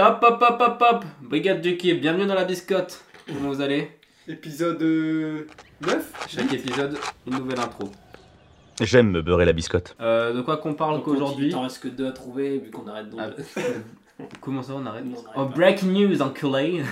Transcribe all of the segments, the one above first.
hop hop hop hop hop. Brigade d'équipe, bienvenue dans la biscotte. Comment vous allez? Épisode 9. Chaque épisode, une nouvelle intro. J'aime me beurrer la biscotte. De quoi qu'on parle qu'aujourd'hui? Il t'en reste que 2 à trouver vu qu'on arrête donc. Comment ça on arrête? Non, on arrête Oh, pas. breaking news, enculé.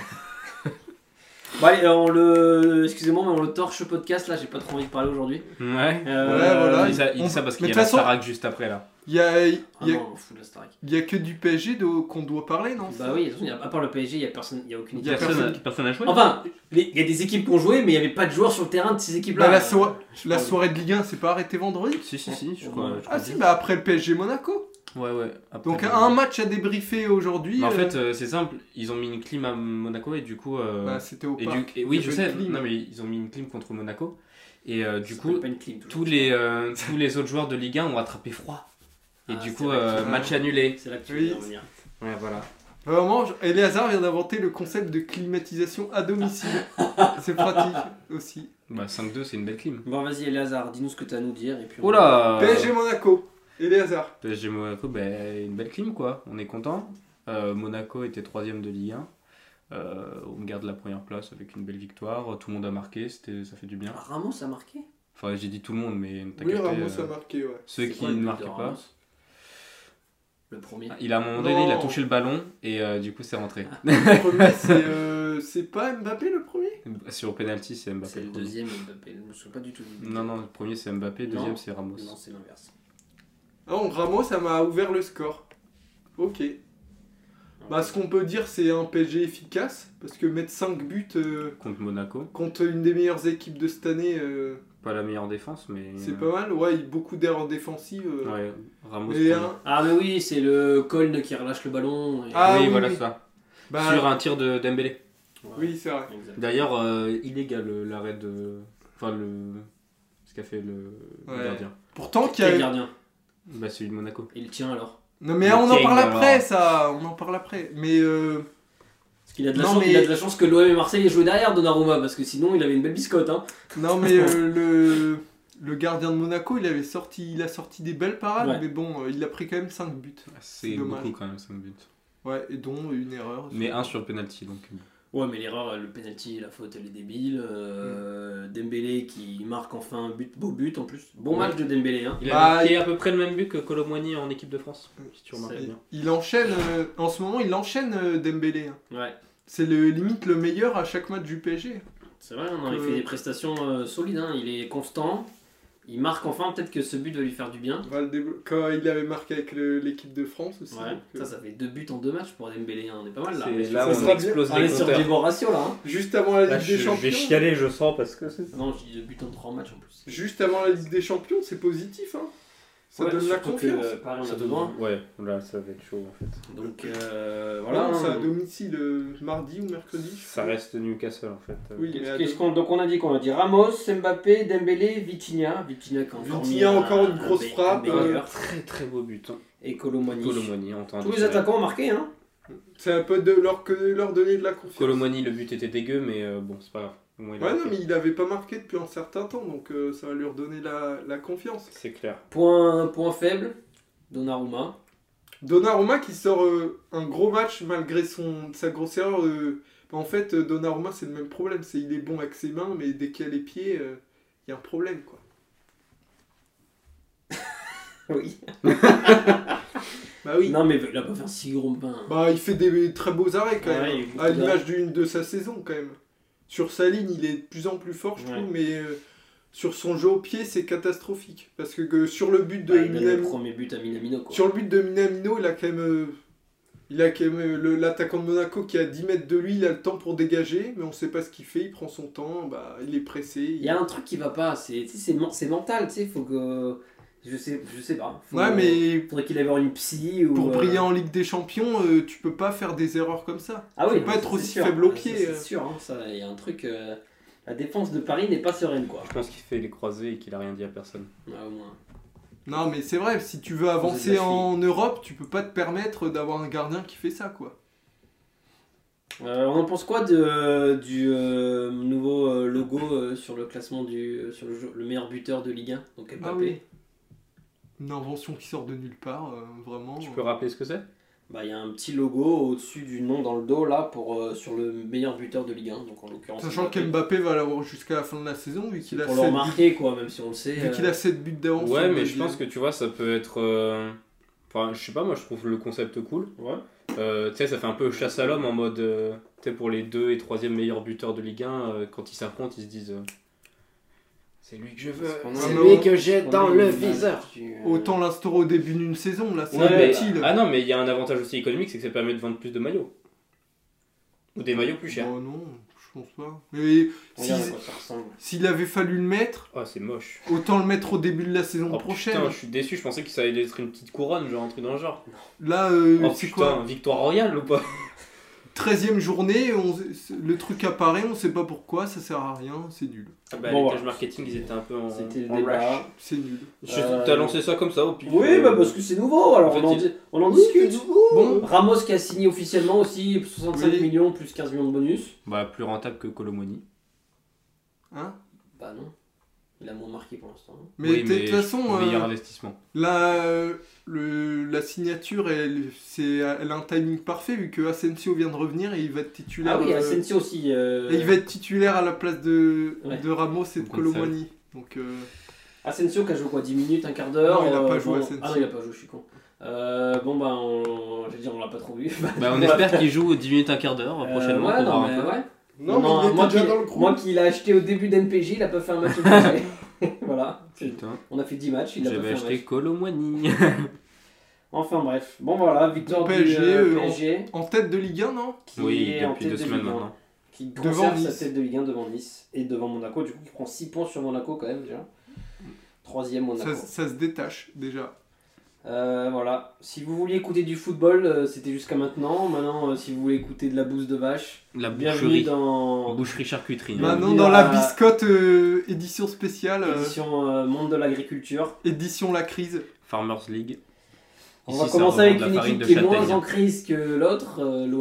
Bon allez, excusez-moi mais on le torche ce podcast là, j'ai pas trop envie de parler aujourd'hui. Ouais. voilà. Il dit ça parce qu'il Mais y a de la toute façon- Starac juste après là. Il y a, Non, on fout de la Starac. y a que du PSG qu'on doit parler, non? Bah oui, de toute façon, à part le PSG, il y a aucune Il y a équipe. Personne n'a joué. Enfin, il y a des équipes qui ont joué, mais il n'y avait pas de joueurs sur le terrain de ces équipes-là. Bah, la soirée de Ligue 1, c'est pas arrêté vendredi? Si, je Ah, crois. Ah si, bah après le PSG Monaco. Ouais. Après, Donc un match à débriefer aujourd'hui. Mais en fait, c'est simple, ils ont mis une clim à Monaco et du coup. bah, c'était au Et parc. oui, Il y je avait sais. une clim. Non, mais ils ont mis une clim contre Monaco. Et du Ça coup, s'appelle pas une clim, tous les autres joueurs de Ligue 1 ont attrapé froid. Et Ah, du c'est coup, vrai que- match annulé. C'est là que tu Oui. veux revenir. Ouais, voilà. Vraiment, Eleazar vient d'inventer le concept de climatisation à domicile. C'est pratique aussi. Bah, 5-2, c'est une belle clim. Bon, vas-y, Eleazar, dis-nous ce que tu as à nous dire. Et puis on- Oula PSG Monaco. Eleazar. PSG Monaco, une belle clim quoi, on est content. Monaco était 3ème de Ligue 1. On garde la première place avec une belle victoire. Tout le monde a marqué, ça fait du bien. Ramos a marqué. Enfin, j'ai dit tout le monde, mais t'as Oui, capté, Ramos a marqué, ouais. ceux C'est qui quoi le ne but marquaient de pas. Ramos Le premier. Il a à un moment Non. donné, il a touché le ballon et du coup, c'est rentré. Le premier, c'est pas Mbappé le premier? Sur penalty, c'est Mbappé. C'est le premier. deuxième Mbappé. Je me souviens pas du tout du but. Non, le premier c'est Mbappé, deuxième Non. c'est Ramos. Non, c'est l'inverse. Ah, donc Ramos, ça m'a ouvert le score. Ok. Bah, ce qu'on peut dire, c'est un PSG efficace. Parce que mettre 5 buts Contre Monaco, contre une des meilleures équipes de cette année, pas la meilleure défense, mais. c'est pas mal. Ouais, il y a beaucoup d'erreurs défensives. Ouais, Ramos. Et premier. Ah, mais oui, c'est le Colne qui relâche le ballon. Et... Ah, oui, oui, voilà oui. ça. Bah, Sur un tir de Dembélé. Ouais, oui, c'est vrai. exact. D'ailleurs, illégal l'arrêt de. Enfin, ce qu'a fait le Ouais. gardien. Pourtant, qu'il y Quel a... gardien. Bah, celui de Monaco. Et le tien alors. Non, mais Le on en King, parle après, alors. ça. On en parle après. Mais Parce qu'il a de la Non, chance, mais- il a de la chance que l'OM et Marseille aient joué derrière Donnarumma, parce que sinon il avait une belle biscotte. Hein. non, mais le gardien de Monaco, il a sorti des belles parades, Ouais. mais bon, il a pris quand même 5 buts. C'est dommage. beaucoup quand même, 5 buts. Ouais, et dont une erreur. Mais un sur le penalty donc. Ouais, mais l'erreur, le penalty, la faute, elle est débile. Dembélé qui marque enfin un beau but en plus. Bon Ouais. match de Dembélé. Hein. Il a Bah, marqué à peu près le même but que Colomboigny en équipe de France, si tu remarques C'est- bien. Il enchaîne, en ce moment, il enchaîne Dembélé. Hein. Ouais, C'est limite le meilleur à chaque match du PSG. c'est vrai, non, il fait des prestations solides. Hein. Il est constant. Il marque enfin, peut-être que ce but va lui faire du bien. Quand il avait marqué avec l'équipe de France aussi. Ouais, donc, ça fait 2 buts en 2 matchs pour Dembélé. Hein. On est pas mal là. C'est là ça où sera on explose On est les sur compteurs. du bon ratio là. Hein. juste avant la Là, Ligue des je Champions. vais chialer, je sens, parce que c'est. Non, je dis 2 buts en 3 matchs en plus. Juste avant la Ligue des Champions, c'est positif. Hein. Ça Ouais, donne la surtout confiance. que, Paris, on a besoin. Ouais, là ça va être chaud en fait. Donc voilà. Voilà, c'est à hein. domicile mardi ou mercredi. je Ça crois. reste Newcastle en fait. Oui, mais Donc on a dit qu'on a dit Ramos, Mbappé, Dembélé, Vitinha qui a encore Vitinha, mis encore une grosse un frappe, meilleur. Très très beau but. Hein. Et Colomboigny. Colomboigny, on Tous les attaquants ont marqué hein. C'est un peu leur donner de la confiance. Colomboigny, le but était dégueu, mais bon, c'est pas grave. Au moins, il a Ouais, non, marqué. mais il avait pas marqué depuis un certain temps, donc ça va lui redonner la confiance. C'est clair. Point faible, Donnarumma. Donnarumma qui sort un gros match malgré sa grosse erreur. En fait, Donnarumma, c'est le même problème. Il est bon avec ses mains, mais dès qu'il a les pieds, il y a un problème, quoi. Oui. Bah oui. Non mais il a pas fait un si gros pain. Bah, il fait des très beaux arrêts, quand Ouais, même. il y a beaucoup À l'image de sa saison, quand même. Sur sa ligne, il est de plus en plus fort, je Ouais. trouve, mais sur son jeu au pied, c'est catastrophique. Parce que sur le but de Il donne le Minamino... premier but à Minamino quoi. Sur le but de Minamino, il a quand même l'attaquant de Monaco qui est à 10 mètres de lui, il a le temps pour dégager, mais on sait pas ce qu'il fait, il prend son temps, bah, il est pressé. Il y a un truc qui va pas, c'est mental, tu sais, faut que je sais pas. Ouais, mais Faudrait qu'il ait avoir une psy ou pour briller en Ligue des Champions, tu peux pas faire des erreurs comme ça. Ah oui, faut pas non, être c'est aussi sûr. faible au Ça, pied. C'est sûr, hein, ça, il y a un truc. La défense de Paris n'est pas sereine quoi. Je pense qu'il fait les croisés et qu'il a rien dit à personne. Ouais, au moins. Non, mais c'est vrai, si tu veux de avancer la en Europe, tu peux pas te permettre d'avoir un gardien qui fait ça, quoi. On en pense quoi du nouveau logo sur le classement sur le meilleur buteur de Ligue 1, donc Mbappé. Ah oui. Une invention qui sort de nulle part, vraiment. Tu peux rappeler ce que c'est? Bah, il y a un petit logo au-dessus du nom dans le dos là sur le meilleur buteur de Ligue 1, donc en l'occurrence. Sachant qu'Mbappé va l'avoir jusqu'à la fin de la saison, vu qu'il a pour le 7 buts. remarquer quoi, même si on le sait. Vu qu'il a 7 buts d'avance. sur Ouais, le mais je deuxième. pense que tu vois, ça peut être. Enfin, je sais pas, moi je trouve le concept cool. Ouais. Tu sais, ça fait un peu chasse à l'homme en mode. Tu sais, pour les 2 et 3e meilleurs buteurs de Ligue 1, quand ils s'affrontent, ils se disent. C'est lui que je veux. C'est lui que j'ai dans le viseur. Autant l'instaurer au début d'une saison, là c'est Ouais, inutile. Ah non, mais il y a un avantage aussi économique, c'est que ça permet de vendre plus de maillots. Ou des maillots plus chers. Oh non, je pense pas. Mais Regarde à quoi ça ressemble. s'il avait fallu le mettre, Oh, c'est moche. autant le mettre au début de la saison Oh prochaine. putain, je suis déçu, je pensais que ça allait être une petite couronne, genre un truc dans le genre. Là, Oh c'est putain, quoi victoire royale ou pas? 13ème journée, le truc apparaît, on sait pas pourquoi, ça sert à rien, c'est nul. Bah, Bon, les voilà. pages marketing, ils étaient un peu en. C'était le en débat. rush. C'est nul. T'as lancé ça comme ça au pif. Oui, bah parce que c'est nouveau, alors En fait, on en discute. Bon. Ramos qui a signé officiellement aussi 65 Oui. millions plus 15 millions de bonus. Bah, plus rentable que Colomoni. Hein Bah non, il a moins marqué pour l'instant. hein. Mais Oui, de toute façon, meilleur investissement. la signature, elle a un timing parfait vu que Asensio vient de revenir et il va être titulaire. Ah oui, Asensio aussi. et il va être titulaire à la place de Ramos et de Comme ça. Colomani. Donc, Asensio qui a joué quoi, 10 minutes, un quart d'heure. Non, il a pas joué, bon... Asensio. Ah non, il a pas joué, je suis con. Bon bah, je vais dire, on l'a pas trop vu. Bah, on espère qu'il joue 10 minutes, un quart d'heure prochainement ouais, pour non, voir mais un peu. ouais. non, mais il était moi, déjà qui, dans le crew. moi qui l'a acheté au début d'NPJ, il a pas fait un match au PSG. Voilà. Putain, On a fait 10 matchs, il a pas j'avais fait un acheté match. Colomani. Enfin bref. Bon voilà, victoire PSG, du PSG. En tête de Ligue 1, non Qui Oui, est en depuis tête 2 de semaines Ligue 1, maintenant. qui Devant conserve sa Nice. tête de Ligue 1 devant Nice et devant Monaco, du coup qui prend 6 points sur Monaco quand même déjà. 3ème Monaco. Ça se détache déjà. Voilà, si vous vouliez écouter du football, c'était jusqu'à maintenant. Maintenant, si vous voulez écouter de la bouse de vache, La bienvenue boucherie. dans Boucherie charcuterie. Bah, hein. Maintenant, il dans y la a- biscotte édition spéciale, l'édition Monde de l'agriculture. édition La Crise. Farmers League. On Ici, va ça commencer revend avec de la une farine équipe de qui est moins châtaigne. en crise que l'autre,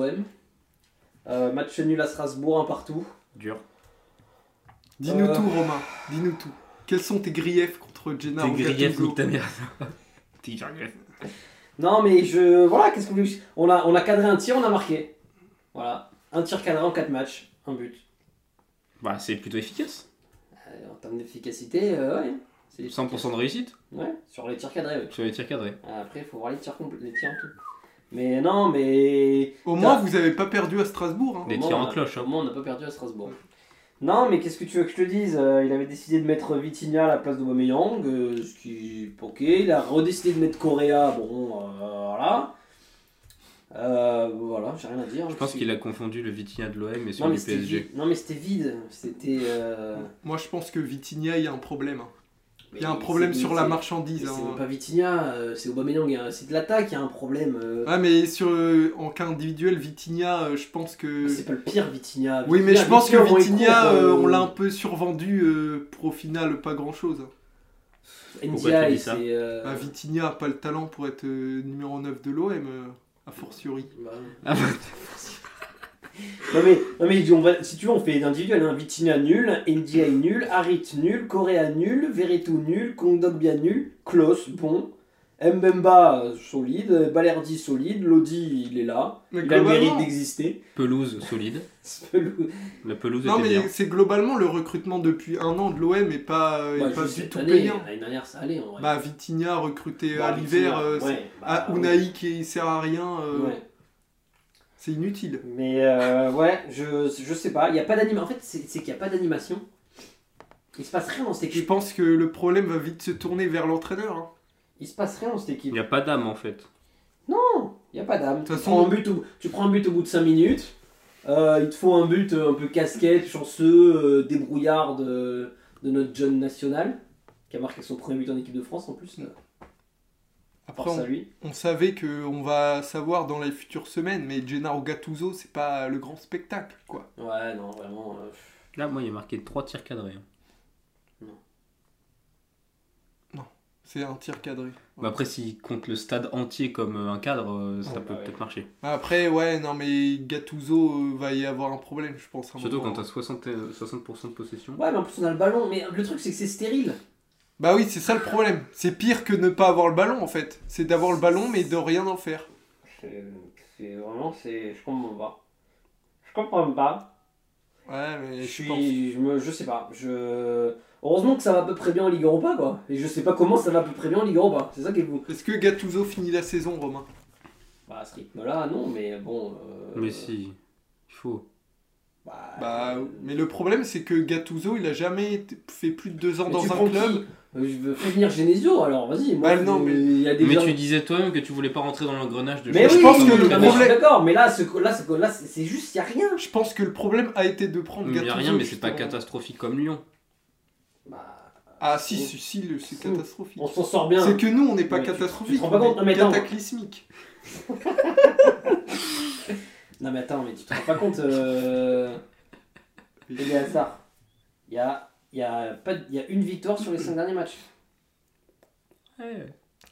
l'OM. Match nul à Strasbourg, un partout. Dur. Dis-nous Euh. tout, Romain. Dis-nous tout. Quels sont tes griefs contre Gennaro Tes griefs, Gattuso nique ta mère. Tes griefs. Non mais voilà, qu'est-ce que vous voulez que on a cadré un tir, on a marqué. Voilà, un tir cadré en 4 matchs, un but. Bah, c'est plutôt efficace. En termes d'efficacité, ouais. C'est 100% de réussite Ouais, sur les tirs cadrés, ouais. sur les tirs cadrés. Après, il faut voir les tirs en tout. Mais non, mais... Au moins, vous avez pas perdu à Strasbourg. Hein. Des Au moins, tirs en on a- cloche, hein. Au moins, on n'a pas perdu à Strasbourg. Non, mais qu'est-ce que tu veux que je te dise Il avait décidé de mettre Vitinha à la place d'Aubameyang, ce qui... Ok, il a redécidé de mettre Correa, bon, voilà. Voilà, j'ai rien à dire. Je pense qu'il a confondu le Vitinha de l'OM et Non, celui mais du c'était PSG. vide. Non, mais c'était vide. C'était... Moi, je pense que Vitinha, il y a un problème. Hein. Il y a un Mais problème c'est- sur la c'est- marchandise. mais c'est hein. même pas Vitinha, c'est Aubameyang, c'est de l'attaque, il y a un problème. Ah, mais en cas individuel, Vitinha, je pense que. C'est pas le pire Vitinha. Oui, mais je pense que Vitinha, au moins, il Vitinha, court, on l'a un peu survendu pour au final pas grand chose. Pourquoi tu NDI, dis ça c'est. Bah, Vitinha a pas le talent pour être numéro 9 de l'OM, a fortiori. Bah, Ah, bah, non mais si tu veux, on fait individuel. Hein. Vitinha nul, NDI nul, Harit nul, Correa nul, Veretout nul, Kondogbia nul, Klos bon, Mbemba solide, Balerdi solide, Lodi il est là, Mais il a le mérite globalement- d'exister. pelouse solide. La pelouse Non, était mais bien. c'est globalement le recrutement depuis un an de l'OM est pas, est Ouais, pas juste du cette tout année, payant. l'année dernière ça allait en vrai. Bah, Vitinha recruté Bah, à l'hiver, Vitinha, ouais, bah, Unai qui sert à rien, ouais. c'est inutile. Mais ouais, je sais pas, il y a pas d'animation. En fait, c'est qu'il n'y a pas d'animation. Il se passe rien dans cette Je équipe. pense que le problème va vite se tourner vers l'entraîneur. Hein. Il se passe rien dans cette Il équipe. n'y a pas d'âme en fait. Non, il n'y a pas d'âme. De Tu, toute prends façon- tu prends un but au bout de 5 minutes. Il te faut un but un peu casquette, chanceux, débrouillard de notre jeune national, qui a marqué son premier but en équipe de France en plus. Après, Force à lui. on savait qu'on va savoir dans les futures semaines, mais Gennaro Gattuso, c'est pas le grand spectacle, quoi. Ouais, non, vraiment. Là, moi, il y a marqué 3 tirs cadrés. hein. C'est un tir cadré. Bah, après, s'il compte le stade entier comme un cadre, ça Ouais, peut bah ouais. peut-être marcher. Après, ouais, non, mais Gattuso va y avoir un problème, je pense. à un Surtout moment. quand t'as 60% de possession. Ouais, mais en plus on a le ballon. Mais le truc, c'est que c'est stérile. Bah oui, c'est ça le problème. C'est pire que ne pas avoir le ballon, en fait. C'est d'avoir le ballon, mais de rien en faire. C'est vraiment, je comprends pas. Je comprends pas. Ouais, mais Je sais pas. Heureusement que ça va à peu près bien en Ligue Europa, quoi. Et je sais pas comment ça va à peu près bien en Ligue Europa. C'est ça qui est fou. Est-ce que Gattuso finit la saison, Romain? Bah, à ce rythme-là, non, mais bon. Mais si, il faut. Mais le problème, c'est que Gattuso, il a jamais fait plus de 2 ans mais dans tu un prends club. Je veux faire venir Genesio, alors vas-y. Moi, Bah, non, mais- il y a des Mais gens- tu disais toi-même que tu voulais pas rentrer dans l'engrenage de Mais je oui, pense que le non, mais je suis problème- d'accord, mais là, c'est juste, il y a rien. Je pense que le problème a été de prendre Il n'y Gattuso. a rien, mais c'est pas justement. catastrophique comme Lyon. Bah, Ah si, c'est catastrophique. on s'en sort bien. C'est que nous, on n'est pas Ouais, tu catastrophique, te rends pas on compte, non, est mais attends. cataclysmique. Non mais attends, mais tu te rends pas compte, les Hazard. Il y a une victoire sur les 5 derniers matchs. Ouais.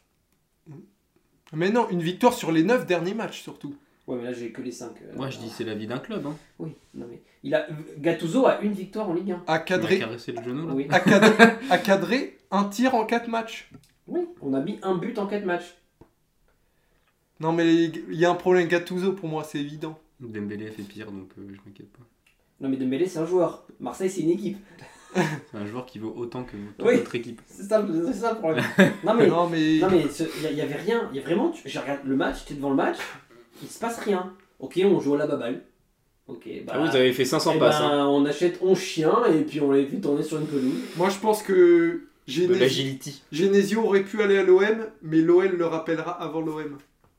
Mais non, une victoire sur les 9 derniers matchs, surtout. Ouais, mais là j'ai que les 5. Moi je dis c'est la vie d'un club. Hein. Oui, non mais Gattuso a une victoire en Ligue 1. À Il m'a cadrer, caressé le genou là. Oui. à cadrer un tir en 4 matchs. Oui, on a mis un but en 4 matchs. Non mais il y a un problème Gattuso pour moi, c'est évident. Dembélé a fait pire donc je m'inquiète pas. Non mais Dembélé c'est un joueur. Marseille c'est une équipe. C'est un joueur qui vaut autant que toute Oui. notre équipe. C'est ça le problème. Non mais Non mais... il y avait rien. Il y a vraiment. Je regarde le match, tu es devant le match, il se passe rien. Ok, on joue à la baballe. Ok, bah. Ah, vous avez fait 500 eh passes. ben, Hein. on achète 11 chiens et puis on les fait tourner sur une pelouse. Moi je pense que De l'agility. Genesio aurait pu aller à l'OM, mais l'OL le rappellera avant l'OM.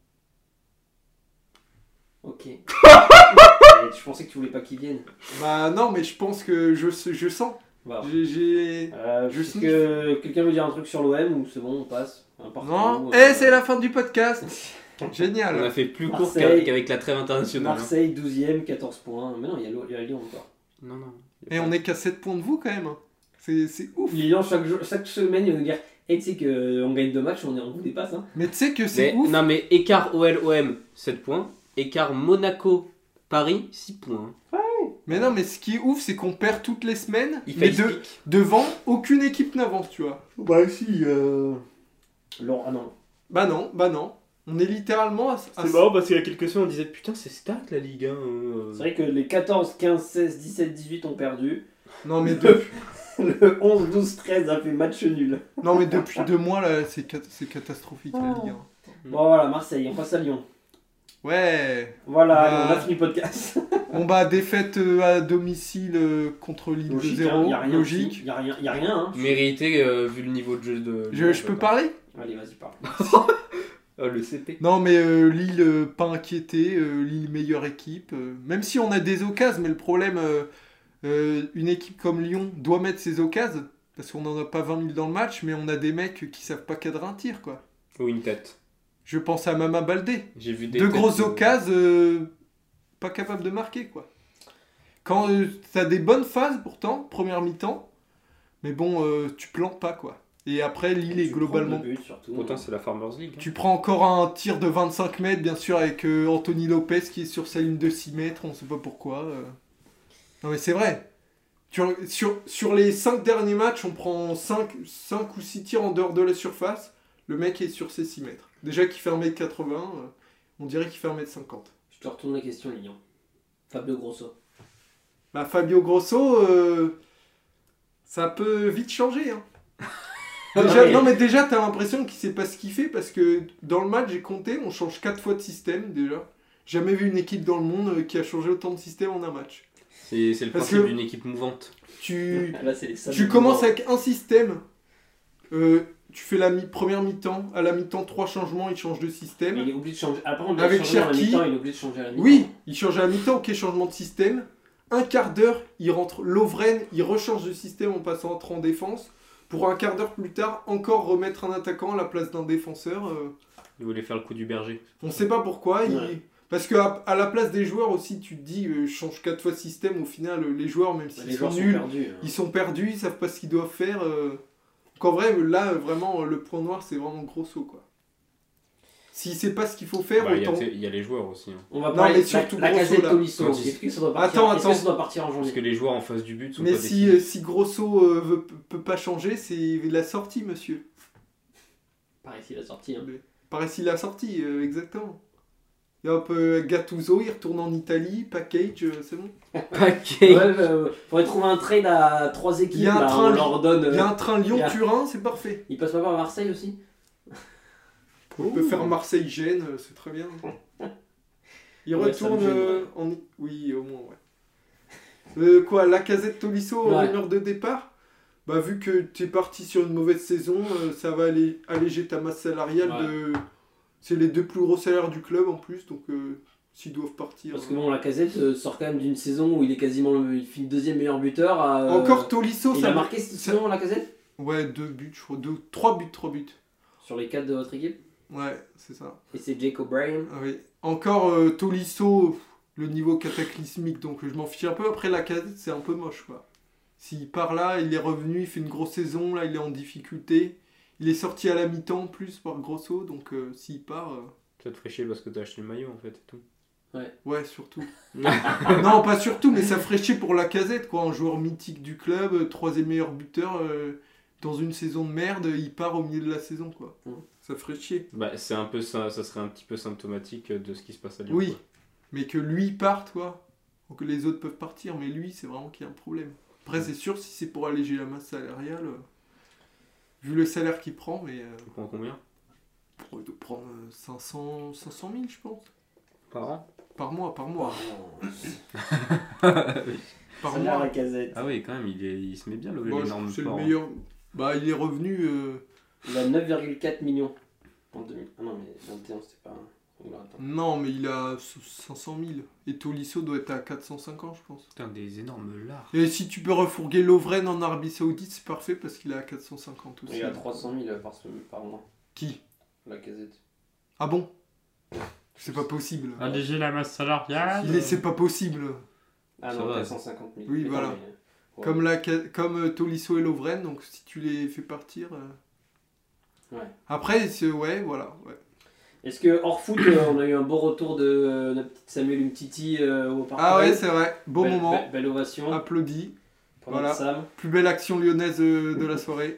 Ok. Je pensais que tu voulais pas qu'ils viennent. Bah non, mais je pense que je sens. Voilà. J'ai... Je sniffe. sais que quelqu'un veut dire un truc sur l'OM ou c'est bon, on passe. N'importe Non, où, c'est la fin du podcast. On a Génial. fait plus court Marseille. qu'avec la trêve internationale. Hein. Marseille 12ème, 14 points. Mais non, il y a Lyon encore. Non, non. Et on est qu'à 7 points de vous quand même. C'est ouf. Lyon, chaque semaine, il va nous dire hey, tu sais qu'on gagne 2 matchs, on vous dépasse. Hein. Mais tu sais que c'est Mais, ouf. non, mais écart OL-OM 7 points. Écart Monaco-Paris 6 points. Mais non, mais ce qui est ouf, c'est qu'on perd toutes les semaines. Il Mais fait devant, aucune équipe n'avance, tu vois. Bah si. Ah non. Bah non. On est littéralement à C'est marrant parce qu'il y a quelques semaines on disait putain c'est stat la Ligue 1. C'est vrai que les 14, 15, 16, 17, 18 ont perdu. Non mais, Le 11, 12, 13 a fait match nul. non, mais depuis 2 mois, là, c'est catastrophique, la Ligue 1. Bon voilà, Marseille, on passe à Lyon. Ouais. Voilà, Bah, allez, on a fini le podcast. On bat défaite à domicile contre Lille Logique, 2-0. hein, y a rien. Logique. Il y a rien. Hein. Mérité vu le niveau de jeu de. Je peux parler? Allez, vas-y, parle. Oh le CP. Non, mais Lille, pas inquiété. Lille, meilleure équipe. Même si on a des occasions, mais le problème, une équipe comme Lyon doit mettre ses occasions. Parce qu'on n'en a pas 20 000 dans le match, mais on a des mecs qui savent pas cadrer un tir, quoi. Ou une tête. Je pense à Mama Baldé. J'ai vu des Deux têtes, grosses occasions, pas capables de marquer, quoi. Quand t'as des bonnes phases, pourtant, première mi-temps, mais bon, tu plantes pas, quoi. Et après, Lille est globalement... But, surtout. Pourtant c'est la Farmers League. Hein. Tu prends encore un tir de 25 mètres, bien sûr, avec Anthony Lopez qui est sur sa ligne de 6 mètres, on sait pas pourquoi. Non mais c'est vrai. Sur les 5 derniers matchs, on prend 5 ou 6 tirs en dehors de la surface. Le mec est sur ses 6 mètres. Déjà qu'il fait 1m80, on dirait qu'il fait 1m50. Je te retourne la question, Lyon. Fabio Grosso. Bah Fabio Grosso, ça peut vite changer. Hein. Déjà, t'as l'impression qu'il sait pas ce qu'il fait parce que dans le match, j'ai compté, on change 4 fois de système déjà. Jamais vu une équipe dans le monde qui a changé autant de système en un match. C'est le Parce principe que- d'une équipe mouvante. Là, c'est les salles Tu de commences pouvoir. avec un système, tu fais la première mi-temps, à la mi-temps 3 changements, il change de Mais système. il est obligé de changer. Après, on Avec changer à la Cherki. mi-temps, il est obligé de changer à la mi-temps. Oui, il change à la mi-temps, ok, changement de système. Un quart d'heure, il rentre Lovren, il rechange de système en passant en défense. Pour un quart d'heure plus tard, encore remettre un attaquant à la place d'un défenseur. Il voulait faire le coup du berger. On sait pas pourquoi. Ouais. Parce que à la place des joueurs aussi, tu te dis, change 4 fois de système, au final, les joueurs, même s'ils Les sont joueurs sont nuls, perdus. hein. ils sont perdus, ils savent pas ce qu'ils doivent faire. Donc en vrai, là, vraiment, le point noir, c'est vraiment Grosso, quoi. S'il sait pas ce qu'il faut faire, Bah, il autant... y a les joueurs aussi. Hein. On va Non, parler mais de surtout la Grosso, casette là. Tolisso. Quand Est-ce que ça doit partir Attends. Est-ce que ça doit partir en Parce janvier que les joueurs en face du but sont Mais pas si, décisifs. si Grosso peut pas changer, c'est la sortie, monsieur. Pareil, s'il a sorti. Hein. Par ici, la sortie, exactement. Et hop, Gattuso, il retourne en Italie, package, c'est bon. Paquet. Ouais, faudrait trouver un trade à 3 équipes. Il y a un là, train, on leur donne. Il y a un train Lyon-Turin, c'est parfait. Il passe pas par Marseille aussi. On peut faire Marseille-Gênes, c'est très bien. Il Ouais, ça me retourne gêne, ouais. en... Oui, au moins, ouais. Quoi, Lacazette Tolisso, Ouais. rumeur de départ? Bah, vu que tu es parti sur une mauvaise saison, ça va alléger ta masse salariale Ouais. de... C'est les 2 plus gros salaires du club en plus, donc s'ils doivent partir... Parce que bon, Lacazette sort quand même d'une saison où il est quasiment il finit 2e meilleur buteur. Encore Tolisso, Il ça... a marqué cette saison Lacazette Ouais, 2 buts, je crois. 3 buts. sur les 4 de votre équipe. Ouais, c'est ça. Et c'est Jake O'Brien. Ah oui. Encore Tolisso, le niveau cataclysmique, donc je m'en fiche un peu. Après, Lacazette, c'est un peu moche, quoi. S'il part là, il est revenu, il fait une grosse saison, là, il est en difficulté. Il est sorti à la mi-temps en plus par Grosso, donc s'il part... Ça te ferait chier parce que t'as acheté le maillot en fait et tout. Ouais, surtout. Non, pas surtout, mais ça ferait chier pour Lacazette, quoi. Un joueur mythique du club, 3e meilleur buteur, dans une saison de merde, il part au milieu de la saison, quoi. Ça ferait chier. Bah, c'est un peu ça serait un petit peu symptomatique de ce qui se passe à Lyon. Oui, quoi. mais que lui parte, quoi. Ou que les autres peuvent partir, mais lui, c'est vraiment qu'il y a un problème. Après, c'est sûr, si c'est pour alléger la masse salariale, vu le salaire qu'il prend, mais Tu prends combien il doit prendre 500 000, je pense. par an? Par mois. Par mois. Lacazette. Ah oui, quand même, il se met bien le Bon, l'énorme c'est le port, hein. meilleur. Bah, il est revenu. Il a 9,4 millions en 2000. Ah non, mais 21, c'était pas. Attends. Non, mais il a 500 000. Et Tolisso doit être à 450, je pense. Putain, des énormes lards. Et si tu peux refourguer Lovren en Arabie Saoudite, c'est parfait parce qu'il est à 450 aussi. Il a 300 000 par mois. Qui? Lacazette. Ah bon? C'est pas possible. Alléger la masse salariale. C'est pas possible. Ah Ça non, va. 450 000. Oui, Mais voilà. non, mais, ouais. Comme Tolisso et Lovren, donc si tu les fais partir. Ouais. Après, ouais, voilà. Ouais. Est-ce que hors foot, on a eu un beau retour de notre petit Samuel Umtiti au Parc Ah ouais, Royal. c'est vrai. Beau Belle- moment. Belle ovation Applaudi. pour voilà. notre Sam. Plus belle action lyonnaise de la soirée.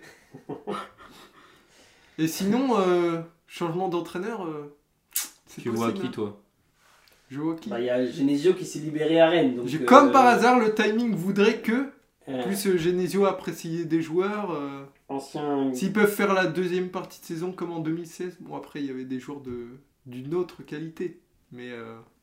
Et sinon, changement d'entraîneur, c'est Tu vois possible, qui, toi? Je vois qui? Bah, il y a Genesio qui s'est libéré à Rennes. Donc, Comme par hasard, le timing voudrait que, euh, plus Genesio apprécie des joueurs, ancien. s'ils peuvent faire la deuxième partie de saison comme en 2016, bon après il y avait des joueurs d'une autre qualité, mais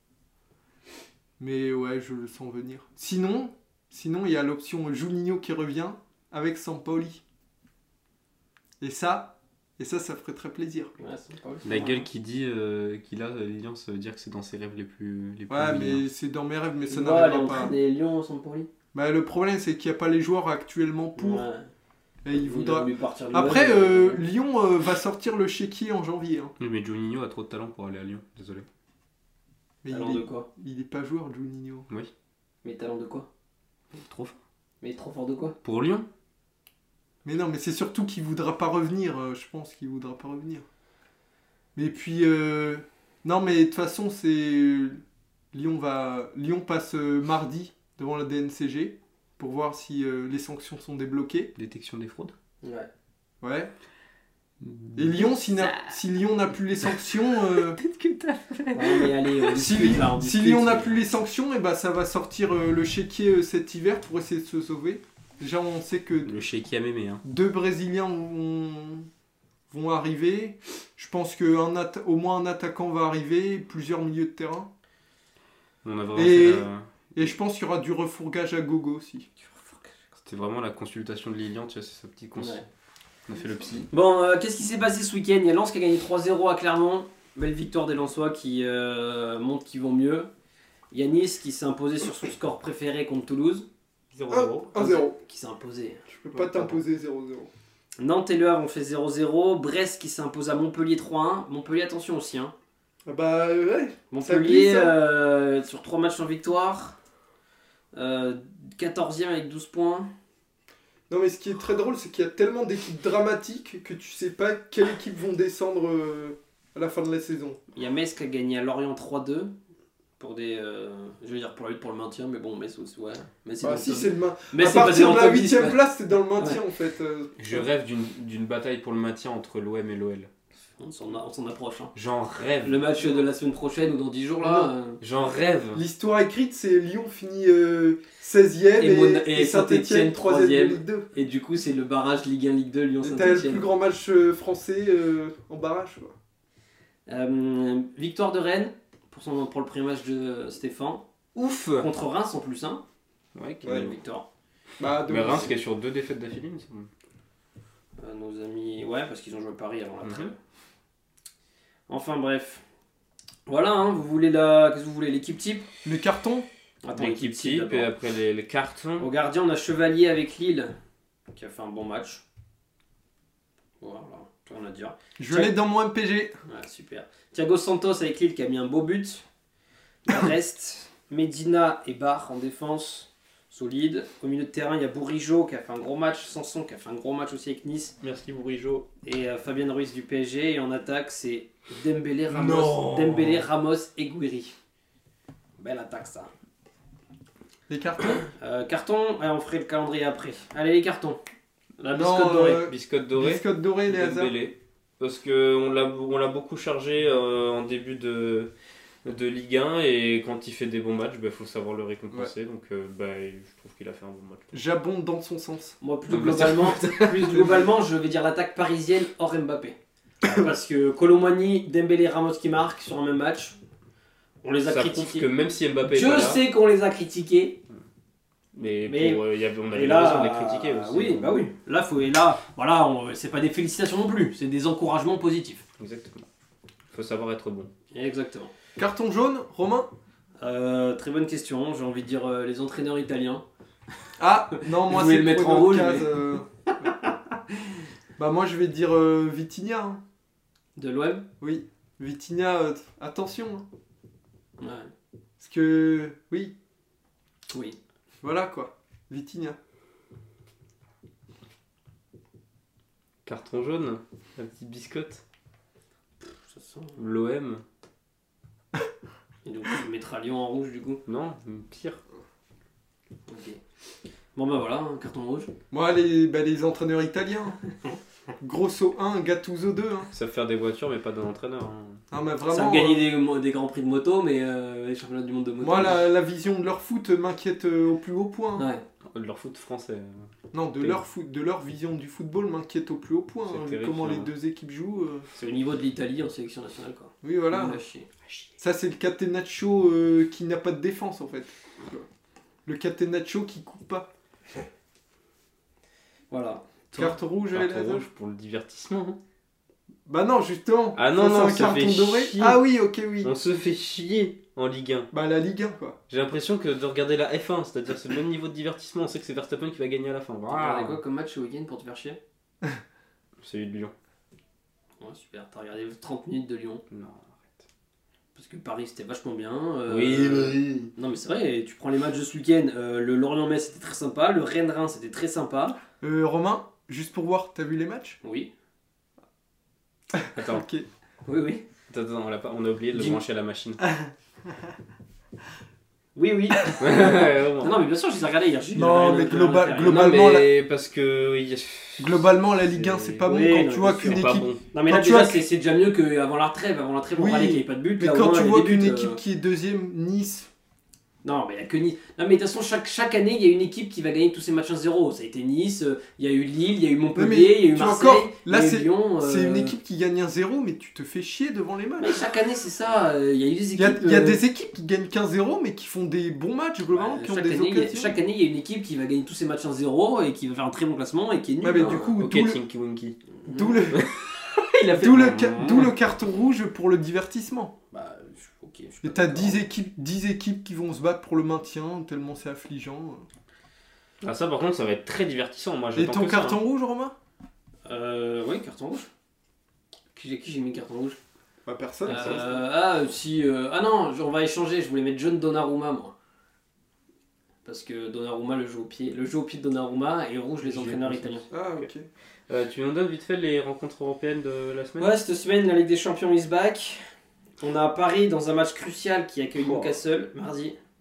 ouais, je le sens venir. Sinon il y a l'option Juninho qui revient avec Sampaoli. Et ça ferait très plaisir. Ouais, c'est pas La gueule qui dit qu'il a Lyon, ça veut dire que c'est dans ses rêves les plus Ouais, vilains. mais c'est dans mes rêves, mais ça Il va aller n'arrivera pas. entraîner Lyon sans Pauli. Bah, le problème, c'est qu'il n'y a pas les joueurs actuellement pour. Ouais. Et il Il voudra. a voulu partir lui-même, Après, mais- Lyon va sortir le chéquier en janvier. Hein. Oui, mais Juninho a trop de talent pour aller à Lyon, désolé. Mais Talent de quoi? il est pas joueur, Juninho. Oui, Mais talent de quoi? trop fort. Mais trop fort de quoi? Pour Lyon? Mais non, mais c'est surtout qu'il voudra pas revenir. Je pense qu'il voudra pas revenir. Mais puis, non, mais de toute façon, c'est Lyon passe mardi devant la DNCG pour voir si les sanctions sont débloquées. Détection des fraudes? Ouais. Ouais. Et Lyon, si Lyon n'a plus les sanctions, Peut-être que t'as fait. Ouais, mais allez, on si, discute, là, on si discute. Lyon n'a plus les sanctions, et bah ça va sortir le chéquier cet hiver pour essayer de se sauver. Déjà, on sait que Le chéquier à mémé, hein. 2 Brésiliens vont arriver. Je pense que au moins un attaquant va arriver, plusieurs milieux de terrain. On a vraiment Et- fait la... Et je pense qu'il y aura du refourgage à gogo aussi. C'était vraiment la consultation de Lilian, tu vois, c'est sa petite cons. Ouais. On a fait le psy. Bon, qu'est-ce qui s'est passé ce week-end? Il y a Lens qui a gagné 3-0 à Clermont. Belle victoire des Lensois qui montrent qu'ils vont mieux. Il y a Nice qui s'est imposé sur son score préféré contre Toulouse. 0-0. 1-0. Qui s'est imposé. Je peux pas t'imposer 0-0. Nantes et Le Havre ont fait 0-0. Brest qui s'impose à Montpellier 3-1. Montpellier, attention aussi. Hein. Ah bah ouais. Montpellier, glisse, sur 3 matchs en victoire. 14e avec 12 points. Non mais ce qui est très drôle, c'est qu'il y a tellement d'équipes dramatiques que tu sais pas quelle équipe vont descendre à la fin de la saison. Il y a Metz qui a gagné à Lorient 3-2. Pour des. Je veux dire pour la lutte pour le maintien, mais bon, Metz aussi, ouais. Metz, Bah si c'est le main. Metz, À c'est passé partir dans de le la top 10, 8ème ouais. place, t'es dans le maintien en fait. Je rêve d'une bataille pour le maintien entre l'OM et l'OL. On s'en approche. Hein. J'en rêve. Le match de la semaine prochaine ou dans 10 jours là. J'en rêve. L'histoire écrite, c'est Lyon finit 16ème et Saint-Etienne 3ème de Ligue 2. Et du coup, c'est le barrage Ligue 1, Ligue 2, T'as le Lyon-Saint-Etienne. plus grand match français en barrage. Quoi. Victoire de Rennes pour le premier match de Stéphane. Ouf. Contre Reims en plus, hein. Ouais, Quelle belle victoire. Bah, mais Reims qui est sur 2 défaites d'affilée, mais c'est bon. Nos amis, ouais, parce qu'ils ont joué Paris avant la Mhm. trêve. Enfin bref. Voilà, hein, qu'est-ce que vous voulez, l'équipe type? Le carton. Attends, L'équipe type d'abord. et après les cartons. Au gardien, on a Chevalier avec Lille, qui a fait un bon match. Voilà, rien à dire. Je l'ai dans mon MPG. Ouais, super. Thiago Santos avec Lille qui a mis un beau but. Le reste, Medina et Barre en défense. Solide. Au milieu de terrain, il y a Bourigeaud qui a fait un gros match. Sanson qui a fait un gros match aussi avec Nice. Merci Bourigeaud. Et Fabien Ruiz du PSG. Et en attaque, c'est Dembélé, Non. Ramos et Gouiri. Belle attaque ça. Les cartons. Carton, on ferait le calendrier après. Allez, les cartons. La Non, biscotte dorée. Biscotte dorée. Biscotte dorée, les hasards. Dembélé. Parce qu'on l'a beaucoup chargé en début de Ligue 1 et quand il fait des bons matchs, il faut savoir le récompenser. Donc je trouve qu'il a fait un bon match. J'abonde dans son sens. Moi, plus Non, mais globalement, je vais dire l'attaque parisienne hors Mbappé. Parce que Colomani, Dembélé, Ramos qui marquent sur un même match, on les a Ça prouve critiqués. que même si Mbappé est Je pas là, sais qu'on les a critiqués. mais on Et avait là, raison de les critiquer aussi. oui, bah oui. Là, voilà, c'est pas des félicitations non plus, c'est des encouragements positifs. Exactement. Il faut savoir être bon. Exactement. Carton jaune, Romain. Très bonne question. J'ai envie de dire les entraîneurs italiens. Ah, non, moi Je voulais c'est le mettre pour en une autre rouge, case, mais- Bah, moi je vais dire Vitinha. Hein. De l'OM. Oui, Vitinha, attention. Hein. Ouais. Parce que, oui, Oui. voilà quoi. Vitinha. Carton jaune, la petite biscotte. Ça sent. L'OM. Et donc, tu mettras Lyon en rouge du coup. Non, pire. Ok. Bon bah voilà, un carton rouge. Moi, les entraîneurs italiens. Grosso 1, Gattuso 2. Hein. Ils savent faire des voitures, mais pas d'un entraîneur. Hein. Ah, mais Ça vraiment. a gagné des grands prix de moto, mais les championnats du monde de moto. Moi, la vision de leur foot m'inquiète au plus haut point. Ouais. De leur foot français. Non, de leur foot, de leur vision du football m'inquiète au plus haut point. C'est Hein, terrifiant, comment les hein. deux équipes jouent. C'est le niveau de l'Italie en sélection nationale quoi. Oui, voilà. Nul à chier. Ça, c'est le Catenaccio qui n'a pas de défense en fait. Le Catenaccio qui coupe pas. Voilà. Carte rouge, Carton Elazar. rouge pour le divertissement. Hein. Bah non, justement. Ah non, Ça, non, c'est un ça fait carton doré. chier. Ah oui, ok, oui. On se fait chier en Ligue 1. Bah la Ligue 1 quoi. J'ai l'impression que de regarder la F1, c'est-à-dire c'est le même niveau de divertissement, on sait que c'est Verstappen qui va gagner à la fin. T'as regardé quoi comme match ce week-end pour te faire chier? Celui de Lyon. Ouais, super. T'as regardé 30 minutes de Lyon. Non. Parce que Paris c'était vachement bien. Oui. Non mais c'est vrai, tu prends les matchs de ce week-end, le Lorient-Metz c'était très sympa, le Rennes-Reims c'était très sympa. Romain, juste pour voir, t'as vu les matchs? Oui. Attends, Ok. Oui. attends, on a oublié de le Dis- brancher à la machine. Oui. Vraiment. Non mais bien sûr je les ai regardés hier. j'ai Non, rien- mais rien global- à faire. global- Non, Globalement, mais parce que. Globalement, la Ligue 1, c'est pas bon Oui, quand non, tu vois bien qu'une C'est pas équipe. bon. Non mais Quand là tu déjà vois c'est déjà mieux qu'avant la trêve. Avant la trêve on Oui. parlait qu'il n'y avait pas de but. Mais là, au quand moins, tu il y a vois des buts, qu'une équipe qui est deuxième, Nice. Non mais il n'y a que Nice. Non mais de toute façon chaque année il y a une équipe qui va gagner tous ses matchs 1-0. Ça a été Nice, il y a eu Lille, il y a eu Montpellier, Ouais, mais il y a eu tu vois Marseille, encore, là, il y a eu c'est- Lyon. C'est une équipe qui gagne 1-0, mais tu te fais chier devant les matchs. Mais chaque année c'est ça. Il y a eu des Il y a, équipes. il y a des équipes qui gagnent 15-0, mais qui font des bons matchs globalement, qui ont chaque, des année, occasions. chaque année, il y a une équipe qui va gagner tous ses matchs 1-0 et qui va faire un très bon classement et qui est nulle. Ouais, mais hein. du coup, Ok, d'où le- Tinky Winky. d'où le, il a fait. d'où le carton rouge pour le divertissement. Bah, ok. je suis Et pas t'as d'accord. 10 équipes qui vont se battre pour le maintien, tellement c'est affligeant. Ah, ça par contre, ça va être très divertissant. Moi, Et j'attends ton que ça, carton hein. rouge, Romain? Oui, carton rouge. Qui j'ai mis carton rouge? Bah personne. Ah non, on va échanger. Je voulais mettre John Donnarumma, moi. Parce que Donnarumma, le jeu au pied de Donnarumma et rouge les J'ai entraîneurs pensé. italiens. Ah ok. Tu nous donnes vite fait les rencontres européennes de la semaine? Ouais, cette semaine, la Ligue des Champions is back. On a Paris dans un match crucial qui accueille Oh. Newcastle mardi.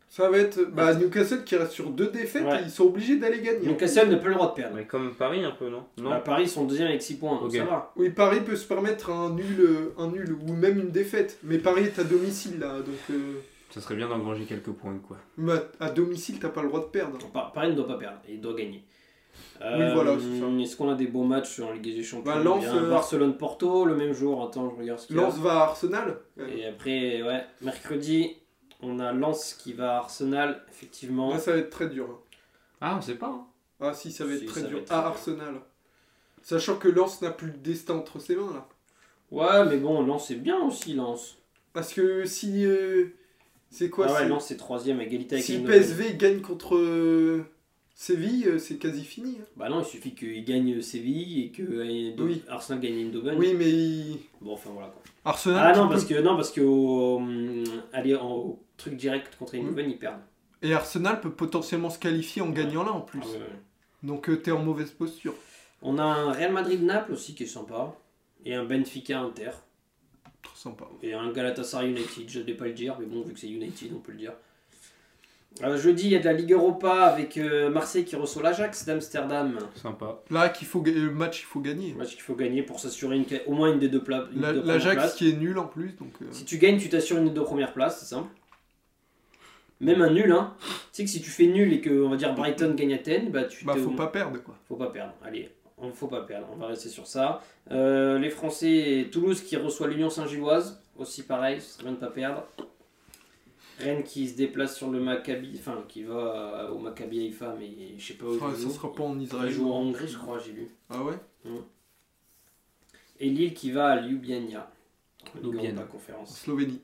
Ça va être Newcastle qui reste sur 2 défaites, Ouais. ils sont obligés d'aller gagner. Newcastle n'a plus le droit de perdre. Mais comme Paris un peu, non? Bah, Paris, ils sont deuxième avec 6 points, donc Ok. ça va. Oui, Paris peut se permettre un nul ou même une défaite. Mais Paris est à domicile là, donc Ça serait bien d'engranger quelques points, quoi. à domicile t'as pas le droit de perdre. Paris ne doit pas perdre, il doit gagner. Oui, voilà, c'est ça. Est-ce qu'on a des beaux matchs en Ligue des Champions? Bah, Lens, Il y a un Barcelone-Porto le même jour. Attends, je regarde ce qu'il y a. Lens va à Arsenal. Et après, ouais, mercredi, on a Lens qui va à Arsenal, effectivement. Là ça va être très dur. Hein. Ah, on sait pas, hein. Ah si, ça va être Si, très ça va dur. être très À dur. Arsenal. Sachant que Lens n'a plus le destin entre ses mains là. Ouais, mais bon, Lens, c'est bien aussi, Lens. Parce que si... c'est quoi Ah ouais, c'est- Lens, c'est troisième, égalité avec Si le Eindhoven. PSV gagne contre Séville, c'est quasi fini. Hein. Bah non, il suffit qu'il gagne Séville et que Oui. Arsenal gagne Eindhoven. Oui, mais Bon, enfin voilà quoi. Arsenal... Ah qui non, peut- parce que aller au truc direct contre Eindhoven, ils perdent. Et Arsenal peut potentiellement se qualifier en gagnant là en plus. Ah ouais, ouais. Donc t'es en mauvaise posture. On a un Real Madrid-Naples aussi qui est sympa. Et un Benfica-Inter. Trop sympa. Et un Galatasaray United, je ne vais pas le dire, mais bon, vu que c'est United, on peut le dire. Jeudi, il y a de la Ligue Europa avec Marseille qui reçoit l'Ajax d'Amsterdam. Sympa. Là, le match, il faut gagner. Match qu'il faut gagner pour s'assurer au moins une des deux places. L'Ajax qui est nul en plus. Donc, Si tu gagnes, tu t'assures une des 2 premières places, c'est simple. Même un nul, hein. Tu sais que si tu fais nul et que, on va dire, Brighton gagne Athènes, bah tu t'es faut pas perdre quoi. Faut pas perdre. Allez, faut pas perdre. On va rester sur ça. Les Français, Toulouse qui reçoit l'Union Saint-Gilloise. Aussi pareil, ce serait bien de pas perdre. Rennes qui se déplace sur le Maccabi, enfin qui va au Maccabi Haïfa, mais je sais pas où Ouais, il ça joue. sera pas en Il Israël. joue en Hongrie, je crois, j'ai lu. Ah ouais. Et Lille qui va à Ljubljana. Ljubljana. La En conférence. Slovénie.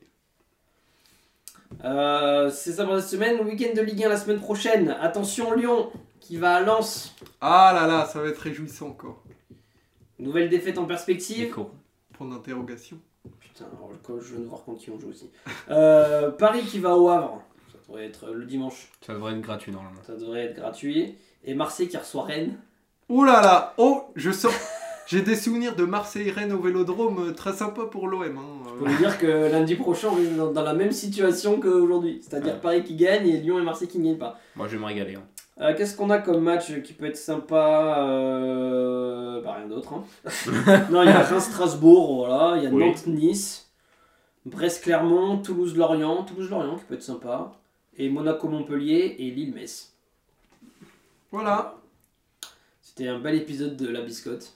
C'est ça pour cette semaine. Week-end de Ligue 1 la semaine prochaine. Attention, Lyon qui va à Lens. Ah là là, ça va être réjouissant encore. Nouvelle défaite en perspective. Écho. Point d'interrogation. Putain, alors, je viens de voir contre qui on joue aussi. Paris qui va au Havre. Ça devrait être le dimanche. Ça devrait être gratuit normalement. Ça devrait être gratuit. Et Marseille qui reçoit Rennes. Oh là là. Oh, je sens... J'ai des souvenirs de Marseille-Rennes au Vélodrome très sympa pour l'OM. Hein. Je peux vous dire que lundi prochain, on est dans la même situation qu'aujourd'hui. C'est-à-dire Paris qui gagne et Lyon et Marseille qui ne gagnent pas. Moi je vais me régaler. Hein. Qu'est-ce qu'on a comme match qui peut être sympa Bah rien d'autre. Hein. Non, il y a Reims-Strasbourg, voilà. Il y a Oui. Nantes-Nice, Brest-Clermont, Toulouse-Lorient. Toulouse-Lorient qui peut être sympa. Et Monaco-Montpellier et Lille-Metz. Voilà. C'était un bel épisode de La Biscotte.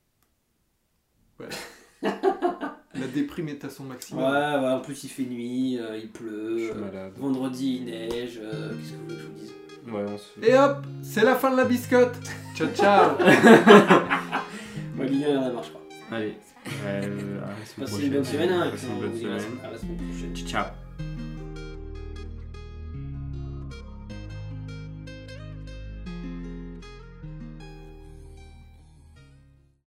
La déprime est à son Ouais, maximum. ouais, en plus il fait nuit, il Je pleut. suis malade. Vendredi il neige. Qu'est-ce que vous voulez que je vous dise? Ouais, on se... Et hop, c'est la fin de la biscotte. Ciao ciao. Moi, Ligue 1, il y en a marre, je crois. Allez. À la semaine Passez une bonne semaine, hein, et puis Passez on une vous bonne dit à la semaine. semaine prochaine. Ciao.